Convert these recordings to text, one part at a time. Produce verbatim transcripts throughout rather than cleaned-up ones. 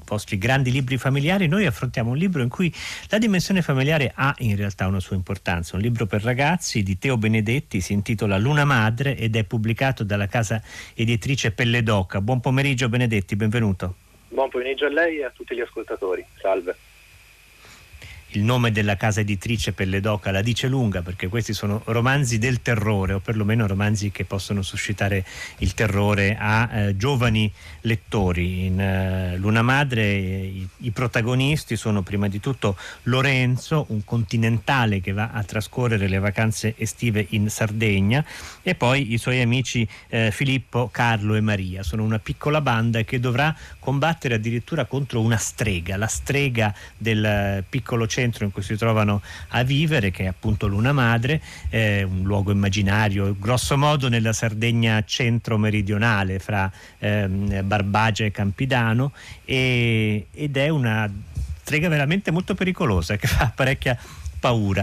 vostri grandi libri familiari, noi affrontiamo un libro in cui la dimensione familiare ha in realtà una sua importanza. Un libro per ragazzi di Teo Benedetti, si intitola Luna Madre ed è pubblicato dalla casa editrice Pelle d'Oca. Buon pomeriggio Benedetti, benvenuto. Buon pomeriggio a lei e a tutti gli ascoltatori. Salve. Il nome della casa editrice Pelle d'Oca la dice lunga, perché questi sono romanzi del terrore, o perlomeno romanzi che possono suscitare il terrore a eh, giovani lettori. In eh, Luna Madre eh, i, i protagonisti sono prima di tutto Lorenzo, un continentale che va a trascorrere le vacanze estive in Sardegna, e poi i suoi amici eh, Filippo, Carlo e Maria. Sono una piccola banda che dovrà combattere addirittura contro una strega, la strega del eh, piccolo centro in cui si trovano a vivere, che è appunto Luna Madre, eh, un luogo immaginario grosso modo nella Sardegna centro-meridionale fra ehm, Barbagia e Campidano, e, ed è una strega veramente molto pericolosa che fa parecchia paura.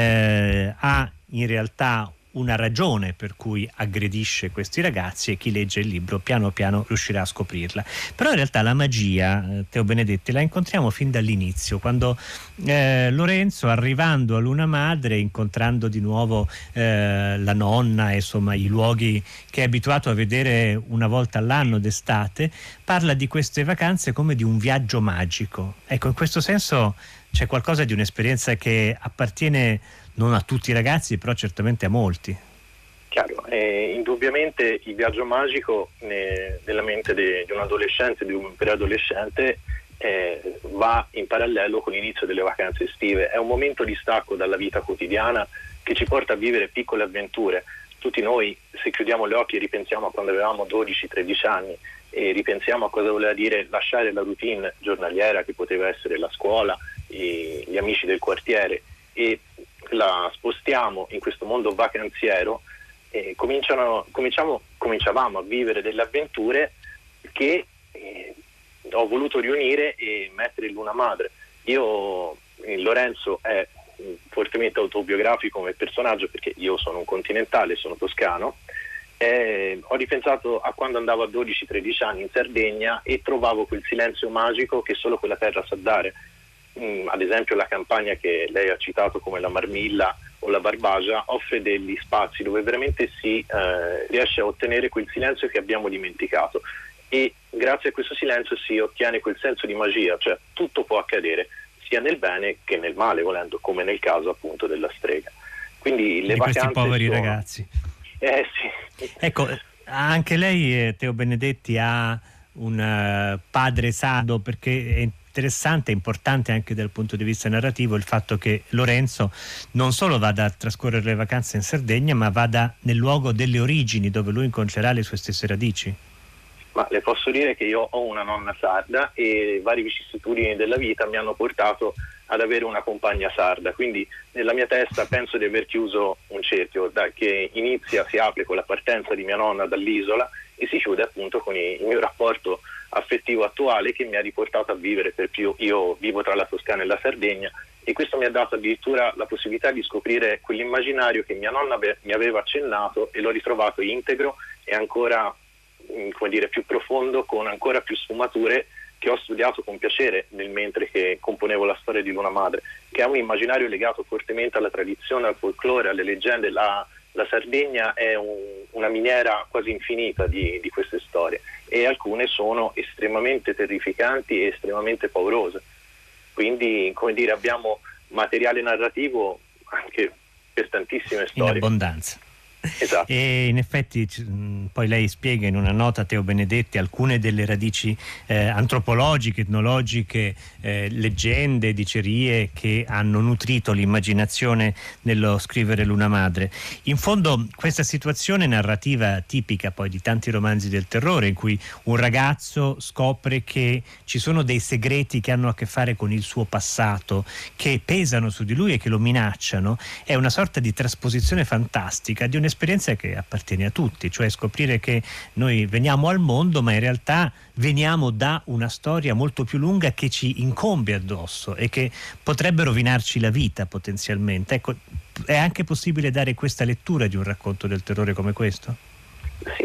Eh, ha in realtà una ragione per cui aggredisce questi ragazzi, e chi legge il libro piano piano riuscirà a scoprirla. Però in realtà la magia, eh, Teo Benedetti, la incontriamo fin dall'inizio, quando eh, Lorenzo, arrivando a Luna Madre, incontrando di nuovo eh, la nonna e insomma i luoghi che è abituato a vedere una volta all'anno d'estate, parla di queste vacanze come di un viaggio magico. Ecco, in questo senso c'è qualcosa di un'esperienza che appartiene non a tutti i ragazzi, però certamente a molti. Chiaro, eh, indubbiamente il viaggio magico ne, nella mente de, di un adolescente, di un preadolescente, eh, va in parallelo con l'inizio delle vacanze estive. È un momento di stacco dalla vita quotidiana che ci porta a vivere piccole avventure. Tutti noi, se chiudiamo gli occhi e ripensiamo a quando avevamo dodici tredici anni e ripensiamo a cosa voleva dire lasciare la routine giornaliera, che poteva essere la scuola, e gli amici del quartiere, e la spostiamo in questo mondo vacanziero, e cominciano, cominciamo, cominciavamo a vivere delle avventure che eh, ho voluto riunire e mettere in Luna Madre. Io, eh, Lorenzo è fortemente autobiografico come personaggio, perché io sono un continentale, sono toscano. Eh, ho ripensato a quando andavo a dodici tredici anni in Sardegna e trovavo quel silenzio magico che solo quella terra sa dare. Mm, ad esempio la campagna che lei ha citato come la Marmilla o la Barbagia offre degli spazi dove veramente si eh, riesce a ottenere quel silenzio che abbiamo dimenticato, e grazie a questo silenzio si ottiene quel senso di magia, cioè tutto può accadere sia nel bene che nel male, volendo, come nel caso appunto della strega. Quindi le di vacanze questi poveri sono... ragazzi. Eh sì. Ecco, anche lei, Teo Benedetti, ha un uh, padre sardo, perché è interessante e importante anche dal punto di vista narrativo il fatto che Lorenzo non solo vada a trascorrere le vacanze in Sardegna, ma vada nel luogo delle origini, dove lui incontrerà le sue stesse radici. Ma le posso dire che io ho una nonna sarda e varie vicissitudini della vita mi hanno portato ad avere una compagna sarda, quindi nella mia testa penso di aver chiuso un cerchio da, che inizia, si apre con la partenza di mia nonna dall'isola e si chiude appunto con il mio rapporto affettivo attuale, che mi ha riportato a vivere per più. Io vivo tra la Toscana e la Sardegna, e questo mi ha dato addirittura la possibilità di scoprire quell'immaginario che mia nonna ave- mi aveva accennato, e l'ho ritrovato integro e ancora, come dire, più profondo, con ancora più sfumature, che ho studiato con piacere nel mentre che componevo la storia di Luna Madre, che è un immaginario legato fortemente alla tradizione, al folklore, alle leggende. La, la Sardegna è un, una miniera quasi infinita di, di queste storie, e alcune sono estremamente terrificanti e estremamente paurose. Quindi, come dire, abbiamo materiale narrativo anche per tantissime storie. In abbondanza. Esatto. E in effetti poi lei spiega in una nota, Teo Benedetti, alcune delle radici eh, antropologiche, etnologiche, eh, leggende, dicerie che hanno nutrito l'immaginazione nello scrivere Luna Madre. In fondo questa situazione narrativa tipica poi di tanti romanzi del terrore, in cui un ragazzo scopre che ci sono dei segreti che hanno a che fare con il suo passato, che pesano su di lui e che lo minacciano, è una sorta di trasposizione fantastica di un'esperienza che appartiene a tutti, cioè scoprire che noi veniamo al mondo, ma in realtà veniamo da una storia molto più lunga che ci incombe addosso e che potrebbe rovinarci la vita potenzialmente. Ecco, è anche possibile dare questa lettura di un racconto del terrore come questo? Sì, eh,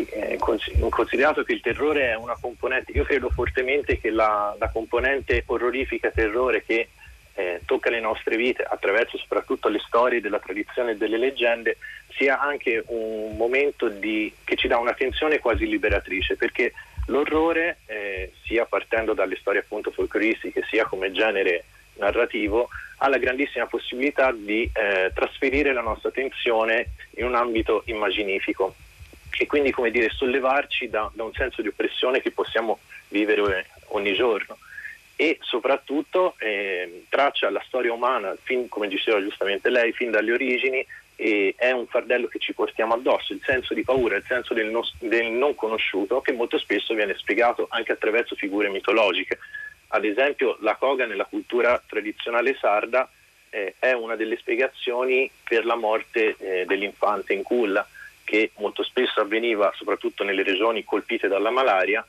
considerato che il terrore è una componente, io credo fortemente che la, la componente orrorifica terrore che eh, tocca le nostre vite attraverso soprattutto le storie della tradizione e delle leggende sia anche un momento di, che ci dà una tensione quasi liberatrice, perché l'orrore, eh, sia partendo dalle storie appunto folcloristiche sia come genere narrativo, ha la grandissima possibilità di eh, trasferire la nostra tensione in un ambito immaginifico e quindi, come dire, sollevarci da, da un senso di oppressione che possiamo vivere ogni giorno, e soprattutto eh, traccia la storia umana, fin, come diceva giustamente lei, fin dalle origini, e è un fardello che ci portiamo addosso, il senso di paura, il senso del, no, del non conosciuto, che molto spesso viene spiegato anche attraverso figure mitologiche. Ad esempio la coga nella cultura tradizionale sarda eh, è una delle spiegazioni per la morte eh, dell'infante in culla, che molto spesso avveniva soprattutto nelle regioni colpite dalla malaria,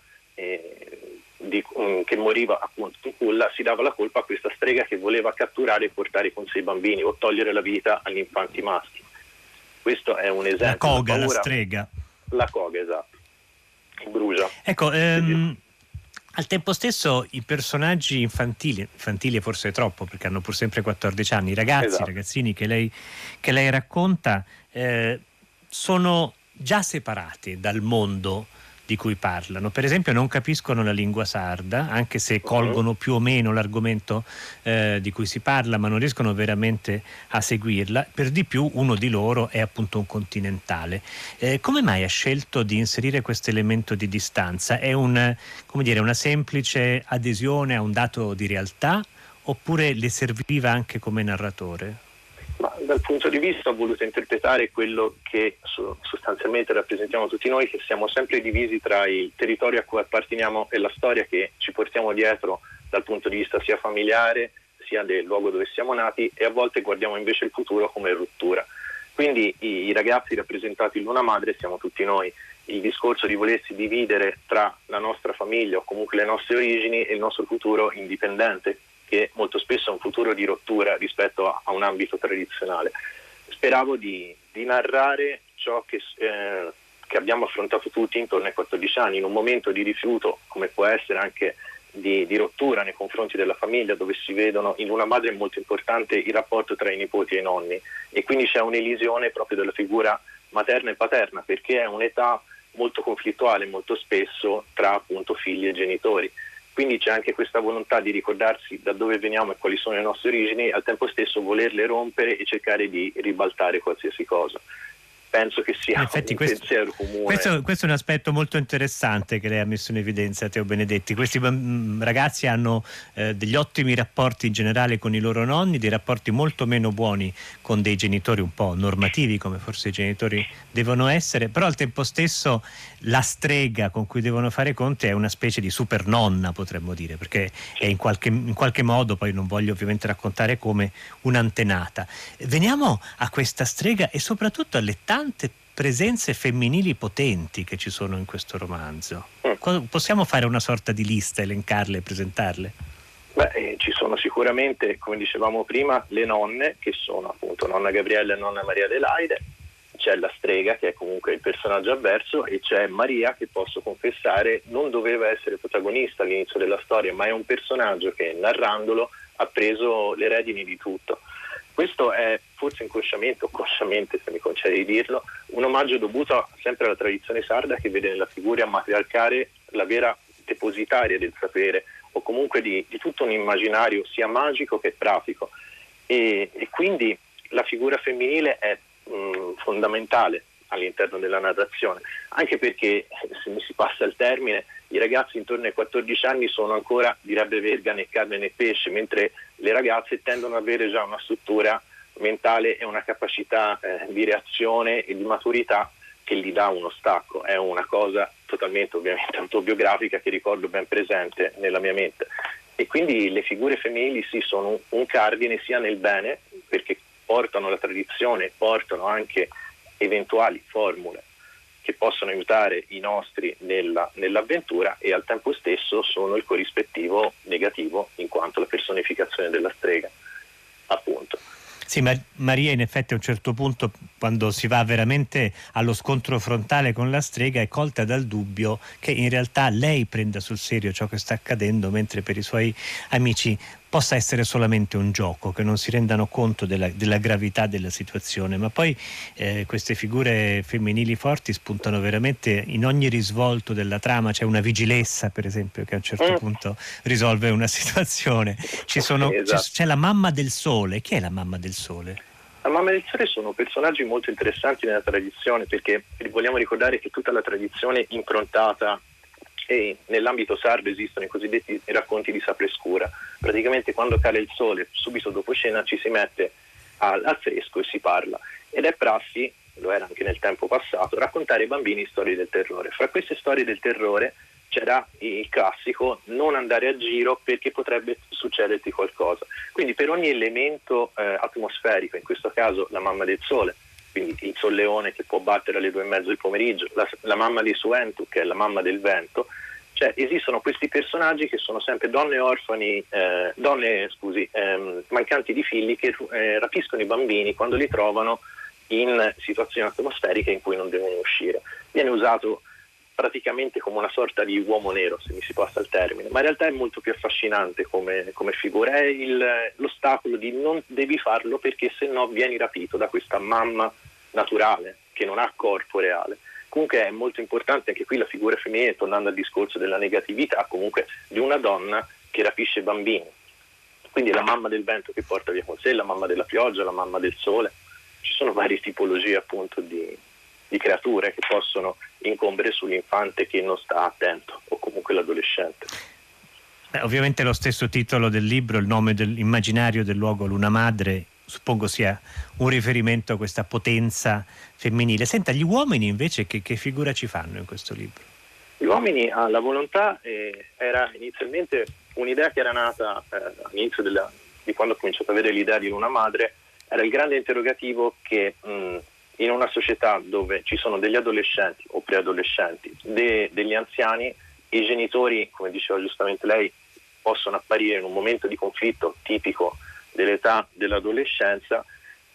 eh, di, um, che moriva appunto in culla. Si dava la colpa a questa strega che voleva catturare e portare con sé i bambini o togliere la vita agli infanti maschi. Questo è un esempio. La coga, la strega. La coga, esatto. Brucia. Ecco, ehm, al tempo stesso i personaggi infantili, infantili forse troppo perché hanno pur sempre quattordici anni, i ragazzi, esatto. i ragazzini che lei, che lei racconta, eh, sono già separati dal mondo di cui parlano. Per esempio non capiscono la lingua sarda, anche se colgono più o meno l'argomento eh, di cui si parla, ma non riescono veramente a seguirla. Per di più uno di loro è appunto un continentale. Eh, come mai ha scelto di inserire questo elemento di distanza? È un, come dire, una semplice adesione a un dato di realtà, oppure le serviva anche come narratore? Ma dal punto di vista ho voluto interpretare quello che sostanzialmente rappresentiamo tutti noi, che siamo sempre divisi tra il territorio a cui apparteniamo e la storia che ci portiamo dietro dal punto di vista sia familiare sia del luogo dove siamo nati, e a volte guardiamo invece il futuro come rottura. Quindi i, i ragazzi rappresentati in Luna Madre siamo tutti noi. Il discorso di volersi dividere tra la nostra famiglia o comunque le nostre origini e il nostro futuro indipendente, che molto spesso è un futuro di rottura rispetto a, a un ambito tradizionale. Speravo di, di narrare ciò che, eh, che abbiamo affrontato tutti intorno ai quattordici anni, in un momento di rifiuto, come può essere anche di, di rottura nei confronti della famiglia, dove si vedono in Una Madre è molto importante il rapporto tra i nipoti e i nonni, e quindi c'è un'elisione proprio della figura materna e paterna, perché è un'età molto conflittuale molto spesso tra appunto figli e genitori. Quindi c'è anche questa volontà di ricordarsi da dove veniamo e quali sono le nostre origini, e al tempo stesso volerle rompere e cercare di ribaltare qualsiasi cosa. Penso che sia effetti, un questo, pensiero comune. Questo, questo è un aspetto molto interessante che lei ha messo in evidenza, Teo Benedetti. Questi mh, ragazzi hanno eh, degli ottimi rapporti in generale con i loro nonni, dei rapporti molto meno buoni con dei genitori un po' normativi, come forse i genitori devono essere, però al tempo stesso la strega con cui devono fare conti è una specie di super nonna, potremmo dire, perché è in qualche, in qualche modo, poi non voglio ovviamente raccontare come, un'antenata. Veniamo a questa strega e soprattutto alle tante presenze femminili potenti che ci sono in questo romanzo. Mm. Possiamo fare una sorta di lista, elencarle e presentarle? Beh, eh, ci sono sicuramente, come dicevamo prima, le nonne, che sono appunto nonna Gabriella e nonna Maria Adelaide. C'è la strega, che è comunque il personaggio avverso, e c'è Maria, che posso confessare non doveva essere protagonista all'inizio della storia, ma è un personaggio che narrandolo ha preso le redini di tutto. Questo è forse inconsciamente o consciamente, se mi concede di dirlo, un omaggio dovuto sempre alla tradizione sarda, che vede nella figura matriarcale la vera depositaria del sapere, o comunque di, di tutto un immaginario sia magico che pratico, e, e quindi la figura femminile è mh, fondamentale all'interno della narrazione, anche perché, se mi si passa il termine, i ragazzi intorno ai quattordici anni sono ancora, direbbe Verga, né carne né pesce, mentre le ragazze tendono ad avere già una struttura mentale e una capacità eh, di reazione e di maturità che gli dà uno stacco. È una cosa totalmente ovviamente autobiografica che ricordo ben presente nella mia mente, e quindi le figure femminili sì sono un cardine sia nel bene, perché portano la tradizione, portano anche eventuali formule che possono aiutare i nostri nella, nell'avventura, e al tempo stesso sono il corrispettivo negativo in quanto la personificazione della strega, appunto. Sì, ma Maria in effetti a un certo punto, quando si va veramente allo scontro frontale con la strega, è colta dal dubbio che in realtà lei prenda sul serio ciò che sta accadendo, mentre per i suoi amici possa essere solamente un gioco, che non si rendano conto della, della gravità della situazione. Ma poi eh, queste figure femminili forti spuntano veramente in ogni risvolto della trama. C'è una vigilessa, per esempio, che a un certo Mm. punto risolve una situazione. Ci sono, Sì, esatto. c'è, c'è la mamma del sole. Chi è la mamma del sole? La mamma del sole sono personaggi molto interessanti nella tradizione, perché vogliamo ricordare che tutta la tradizione improntata, e nell'ambito sardo esistono i cosiddetti racconti di Saprescura. Praticamente quando cade il sole, subito dopo cena ci si mette al, al fresco e si parla, ed è prassi, lo era anche nel tempo passato, raccontare ai bambini storie del terrore. Fra queste storie del terrore c'era il classico non andare a giro perché potrebbe succederti qualcosa. Quindi per ogni elemento eh, atmosferico, in questo caso la mamma del sole, quindi il solleone che può battere alle due e mezzo del pomeriggio, la, la mamma di Suentu che è la mamma del vento, cioè esistono questi personaggi che sono sempre donne orfani, eh, donne scusi, ehm, mancanti di figli che eh, rapiscono i bambini quando li trovano in situazioni atmosferiche in cui non devono uscire. Viene usato praticamente come una sorta di uomo nero, se mi si passa il termine, ma in realtà è molto più affascinante come, come figura. È il, l'ostacolo di non devi farlo perché se no vieni rapito da questa mamma naturale che non ha corpo reale. Comunque è molto importante anche qui la figura femminile, tornando al discorso della negatività, comunque di una donna che rapisce bambini. Quindi la mamma del vento che porta via con sé, la mamma della pioggia, la mamma del sole. Ci sono varie tipologie appunto di, di creature che possono incombere sull'infante che non sta attento, o comunque l'adolescente. Beh, ovviamente lo stesso titolo del libro, il nome dell'immaginario del luogo Luna Madre, suppongo sia un riferimento a questa potenza femminile. Senta, gli uomini invece che, che figura ci fanno in questo libro? Gli uomini, ah, la volontà eh, era inizialmente un'idea che era nata eh, all'inizio della, di quando ho cominciato ad avere l'idea di Luna Madre, era il grande interrogativo che mh, in una società dove ci sono degli adolescenti o preadolescenti, de, degli anziani, i genitori, come diceva giustamente lei, possono apparire in un momento di conflitto tipico dell'età dell'adolescenza.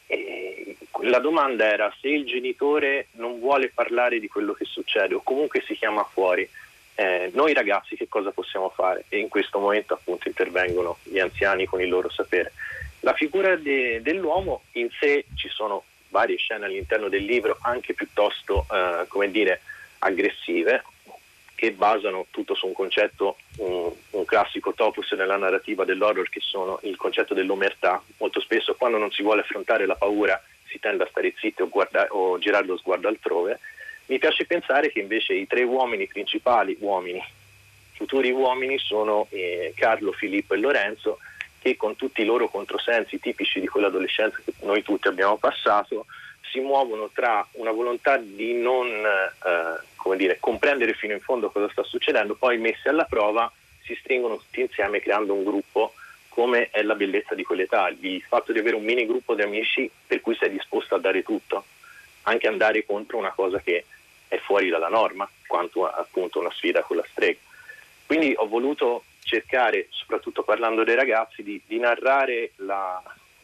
E la domanda era se il genitore non vuole parlare di quello che succede o comunque si chiama fuori, eh, noi ragazzi che cosa possiamo fare? E in questo momento appunto intervengono gli anziani con il loro sapere. La figura de, dell'uomo in sé, ci sono varie scene all'interno del libro anche piuttosto eh, come dire aggressive, che basano tutto su un concetto, un, un classico topos nella narrativa dell'horror, che sono il concetto dell'omertà. Molto spesso quando non si vuole affrontare la paura si tende a stare zitti o, guarda, o girare lo sguardo altrove. Mi piace pensare che invece i tre uomini principali, uomini, futuri uomini, sono eh, Carlo, Filippo e Lorenzo, che con tutti i loro controsensi tipici di quell'adolescenza che noi tutti abbiamo passato, si muovono tra una volontà di non eh, come dire, comprendere fino in fondo cosa sta succedendo, poi messi alla prova si stringono tutti insieme creando un gruppo, come è la bellezza di quell'età, il fatto di avere un mini gruppo di amici per cui sei disposto a dare tutto, anche andare contro una cosa che è fuori dalla norma, quanto appunto una sfida con la strega. Quindi ho voluto cercare, soprattutto parlando dei ragazzi, di, di narrare la,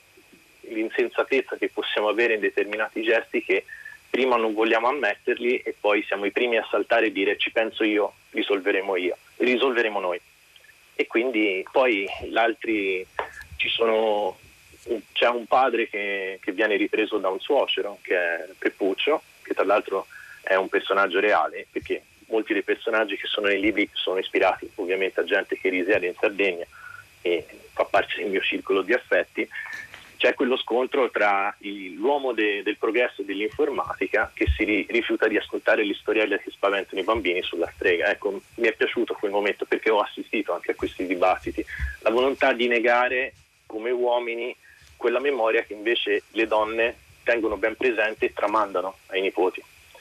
l'insensatezza che possiamo avere in determinati gesti che prima non vogliamo ammetterli e poi siamo i primi a saltare e dire ci penso io, risolveremo io, risolveremo noi. E quindi poi gli altri, ci sono, c'è un padre che, che viene ripreso da un suocero, che è Peppuccio, che tra l'altro è un personaggio reale, perché molti dei personaggi che sono nei libri sono ispirati ovviamente a gente che risiede in Sardegna e fa parte del mio circolo di affetti. C'è quello scontro tra il, l'uomo de, del progresso e dell'informatica che si ri, rifiuta di ascoltare le storielle che spaventano i bambini sulla strega. Ecco, mi è piaciuto quel momento perché ho assistito anche a questi dibattiti. La volontà di negare come uomini quella memoria che invece le donne tengono ben presente e tramandano ai nipoti.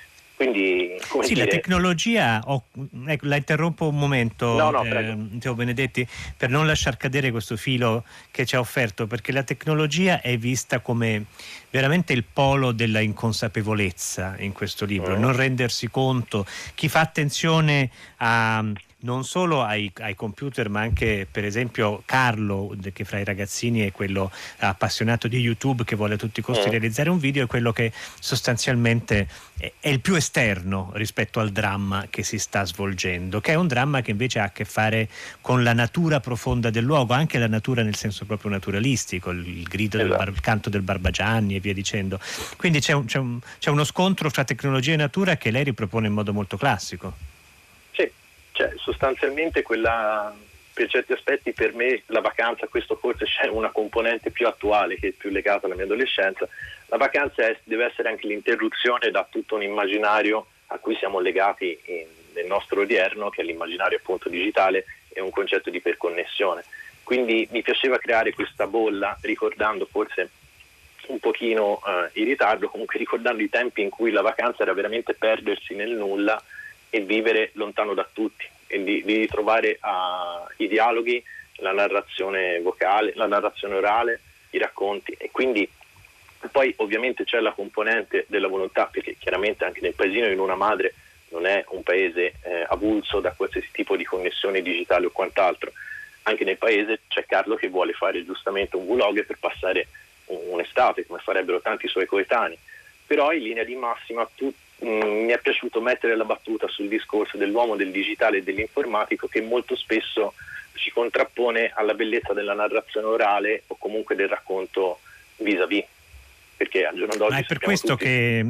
Quindi, come sì, dire... la tecnologia, oh, ecco, la interrompo un momento, no, no, eh, Teo Benedetti, per non lasciar cadere questo filo che ci ha offerto, perché la tecnologia è vista come veramente il polo della inconsapevolezza in questo libro, mm. non rendersi conto. Chi fa attenzione a non solo ai, ai computer, ma anche per esempio Carlo, che fra i ragazzini è quello appassionato di YouTube che vuole a tutti i costi mm. realizzare un video, è quello che sostanzialmente è, è il più esterno rispetto al dramma che si sta svolgendo, che è un dramma che invece ha a che fare con la natura profonda del luogo, anche la natura nel senso proprio naturalistico, il, il grido esatto. del bar, il canto del Barbagianni e via dicendo. Quindi c'è, un, c'è, un, c'è uno scontro fra tecnologia e natura che lei ripropone in modo molto classico. Sì, cioè sostanzialmente quella, per certi aspetti per me la vacanza, questo forse c'è una componente più attuale che è più legata alla mia adolescenza, la vacanza è, deve essere anche l'interruzione da tutto un immaginario a cui siamo legati in, nel nostro odierno, che è l'immaginario appunto digitale e un concetto di perconnessione. Quindi mi piaceva creare questa bolla ricordando forse un pochino eh, in ritardo, comunque ricordando i tempi in cui la vacanza era veramente perdersi nel nulla e vivere lontano da tutti, e di, di ritrovare uh, i dialoghi, la narrazione vocale, la narrazione orale, i racconti. E quindi poi ovviamente c'è la componente della volontà, perché chiaramente anche nel paesino di Luna Madre non è un paese eh, avulso da qualsiasi tipo di connessione digitale o quant'altro. Anche nel paese c'è Carlo che vuole fare giustamente un vlog per passare un'estate, come farebbero tanti suoi coetanei. Però in linea di massima tu, mh, mi è piaciuto mettere la battuta sul discorso dell'uomo del digitale e dell'informatico, che molto spesso si contrappone alla bellezza della narrazione orale o comunque del racconto vis-à-vis, perché al giorno d'oggi Ma è per questo tutti... che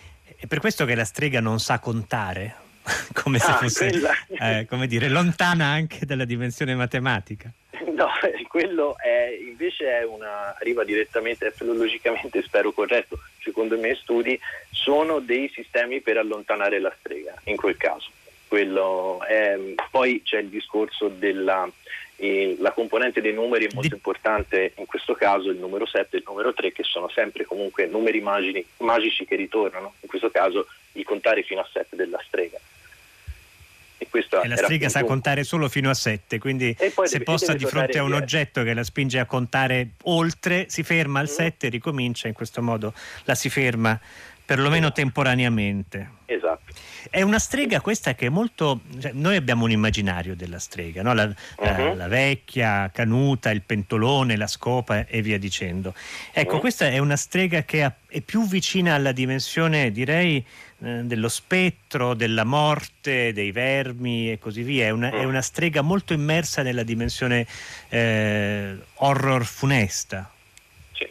è per questo che la strega non sa contare, come se ah, fosse quella... eh, come dire, lontana anche dalla dimensione matematica. No, quello è invece è una arriva direttamente, è filologicamente spero corretto, secondo i miei studi sono dei sistemi per allontanare la strega in quel caso. Quello è, poi c'è il discorso della eh, la componente dei numeri è molto Di... importante in questo caso, il numero sette e il numero tre, che sono sempre comunque numeri immagini, magici che ritornano, in questo caso il contare fino a sette della strega. E, e la strega sa contare solo fino a sette, quindi se deve, possa di fronte a un via. oggetto che la spinge a contare oltre, si ferma al mm. sette e ricomincia, in questo modo la si ferma perlomeno esatto. temporaneamente. Esatto. È una strega questa che è molto... Cioè, noi abbiamo un immaginario della strega, no? la, uh-huh. la, la vecchia canuta, il pentolone, la scopa e via dicendo. Ecco, uh-huh. questa è una strega che ha, è più vicina alla dimensione, direi, eh, dello spettro, della morte, dei vermi e così via. È una, uh-huh. è una strega molto immersa nella dimensione eh, horror funesta. Sì,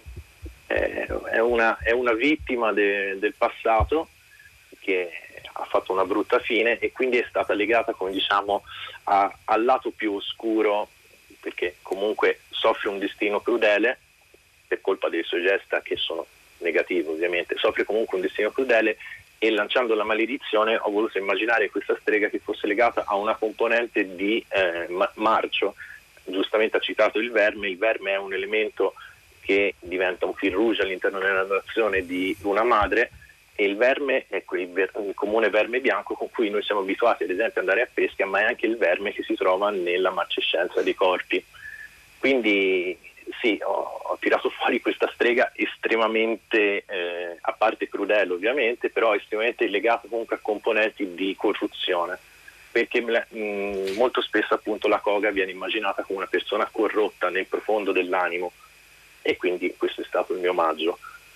è una, è una vittima de, del passato che ha fatto una brutta fine e quindi è stata legata, come diciamo, a, al lato più oscuro, perché comunque soffre un destino crudele per colpa dei suoi gesta che sono negativi ovviamente, soffre comunque un destino crudele, e lanciando la maledizione ho voluto immaginare questa strega che fosse legata a una componente di eh, marcio. Giustamente ha citato il verme, il verme è un elemento che diventa un fil rouge all'interno della narrazione di Luna Madre, e il verme è quel ver- il comune verme bianco con cui noi siamo abituati ad esempio ad andare a pesca, ma è anche il verme che si trova nella marcescenza dei corpi. Quindi sì, ho, ho tirato fuori questa strega estremamente, eh, a parte crudele ovviamente, però estremamente legata comunque a componenti di corruzione, perché mh, molto spesso appunto la Koga viene immaginata come una persona corrotta nel profondo dell'animo, e quindi questo è stato il mio omaggio.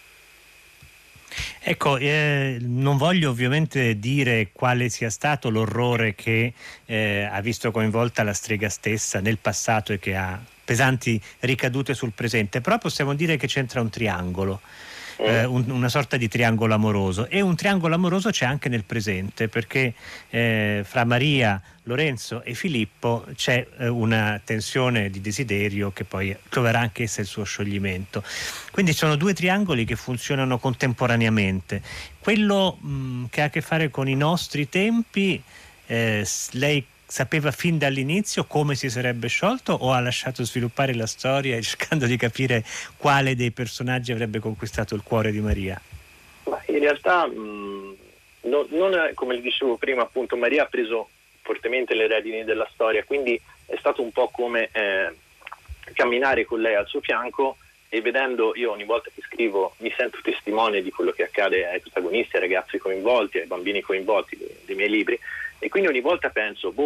Ecco, eh, non voglio ovviamente dire quale sia stato l'orrore che eh, ha visto coinvolta la strega stessa nel passato e che ha pesanti ricadute sul presente, però possiamo dire che c'entra un triangolo. Eh, un, una sorta di triangolo amoroso, e un triangolo amoroso c'è anche nel presente, perché eh, fra Maria, Lorenzo e Filippo c'è eh, una tensione di desiderio che poi troverà anch'essa il suo scioglimento. Quindi sono due triangoli che funzionano contemporaneamente. Quello mh, che ha a che fare con i nostri tempi, eh, lei sapeva fin dall'inizio come si sarebbe sciolto, o ha lasciato sviluppare la storia cercando di capire quale dei personaggi avrebbe conquistato il cuore di Maria? Ma in realtà mh, no, non è, come le dicevo prima, appunto Maria ha preso fortemente le redini della storia, quindi è stato un po' come eh, camminare con lei al suo fianco, e vedendo, io ogni volta che scrivo mi sento testimone di quello che accade ai protagonisti, ai ragazzi coinvolti, ai bambini coinvolti dei, dei miei libri, e quindi ogni volta penso, boh,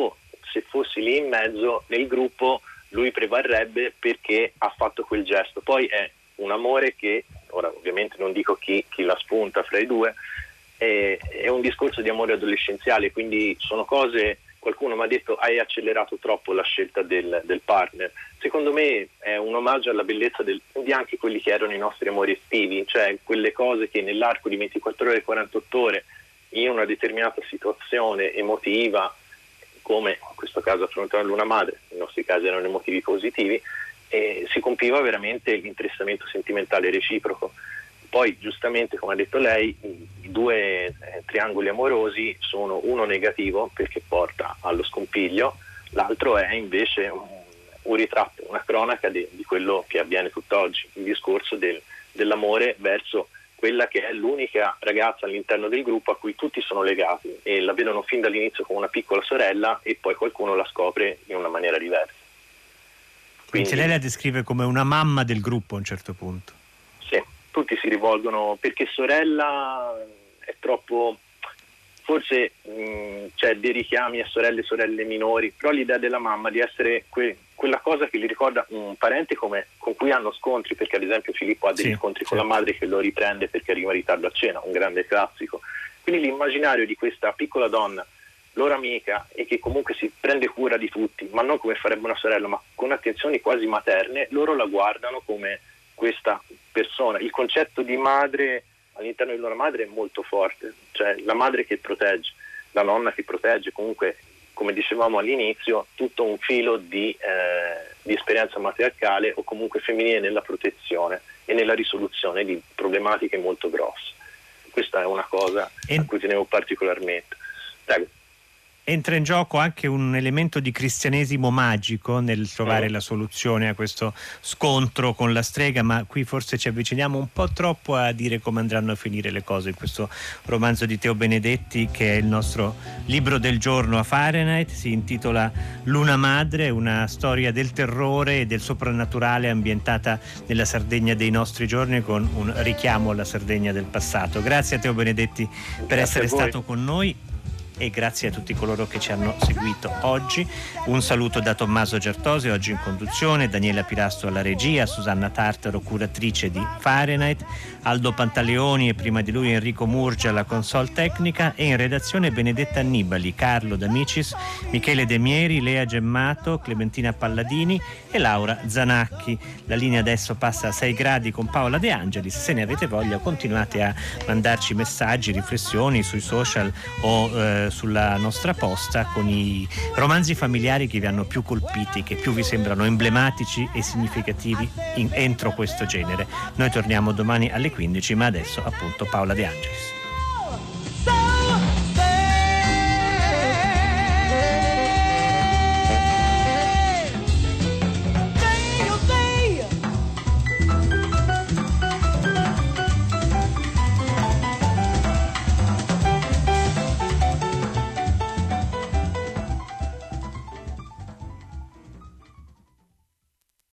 se fossi lì in mezzo nel gruppo lui prevarrebbe perché ha fatto quel gesto. Poi è un amore che, ora ovviamente non dico chi, chi la spunta fra i due, è, è un discorso di amore adolescenziale, quindi sono cose, qualcuno mi ha detto hai accelerato troppo la scelta del, del partner. Secondo me è un omaggio alla bellezza del, di anche quelli che erano i nostri amori estivi, cioè quelle cose che nell'arco di ventiquattro ore, quarantotto ore, in una determinata situazione emotiva, come in questo caso affrontare Luna Madre, nei nostri casi erano emotivi positivi, e si compiva veramente l'interessamento sentimentale reciproco. Poi giustamente, come ha detto lei, i due eh, triangoli amorosi sono uno negativo perché porta allo scompiglio, l'altro è invece un, un ritratto, una cronaca di, di quello che avviene tutt'oggi, il discorso del, dell'amore verso quella che è l'unica ragazza all'interno del gruppo a cui tutti sono legati e la vedono fin dall'inizio come una piccola sorella e poi qualcuno la scopre in una maniera diversa. Quindi lei la descrive come una mamma del gruppo a un certo punto. Sì, tutti si rivolgono perché sorella è troppo, forse mh, c'è dei richiami a sorelle e sorelle minori, però l'idea della mamma di essere que- quella cosa che gli ricorda un parente come, con cui hanno scontri, perché ad esempio Filippo ha degli sì, scontri certo. con la madre che lo riprende perché arriva in ritardo a cena, un grande classico. Quindi l'immaginario di questa piccola donna, loro amica, e che comunque si prende cura di tutti, ma non come farebbe una sorella, ma con attenzioni quasi materne, loro la guardano come questa persona. Il concetto di madre all'interno di loro madre è molto forte, cioè la madre che protegge, la nonna che protegge, comunque come dicevamo all'inizio tutto un filo di, eh, di esperienza matriarcale o comunque femminile nella protezione e nella risoluzione di problematiche molto grosse. Questa è una cosa e... a cui tenevo particolarmente. Prego. Entra in gioco anche un elemento di cristianesimo magico nel trovare mm. la soluzione a questo scontro con la strega, ma qui forse ci avviciniamo un po' troppo a dire come andranno a finire le cose in questo romanzo di Teo Benedetti, che è il nostro libro del giorno a Fahrenheit. Si intitola Luna Madre, una storia del terrore e del soprannaturale ambientata nella Sardegna dei nostri giorni, con un richiamo alla Sardegna del passato. Grazie a Teo Benedetti per Grazie essere stato con noi. E grazie a tutti coloro che ci hanno seguito oggi. Un saluto da Tommaso Giartosi, oggi in conduzione, Daniela Pirasto alla regia, Susanna Tartaro, curatrice di Fahrenheit, Aldo Pantaleoni e prima di lui Enrico Murgia alla console tecnica, e in redazione Benedetta Annibali, Carlo D'Amicis, Michele De Mieri, Lea Gemmato, Clementina Palladini e Laura Zanacchi. La linea adesso passa a sei gradi con Paola De Angelis. Se ne avete voglia continuate a mandarci messaggi, riflessioni sui social o eh, sulla nostra posta con i romanzi familiari che vi hanno più colpiti, che più vi sembrano emblematici e significativi in, entro questo genere. Noi torniamo domani alle quindici, ma adesso appunto Paola De Angelis.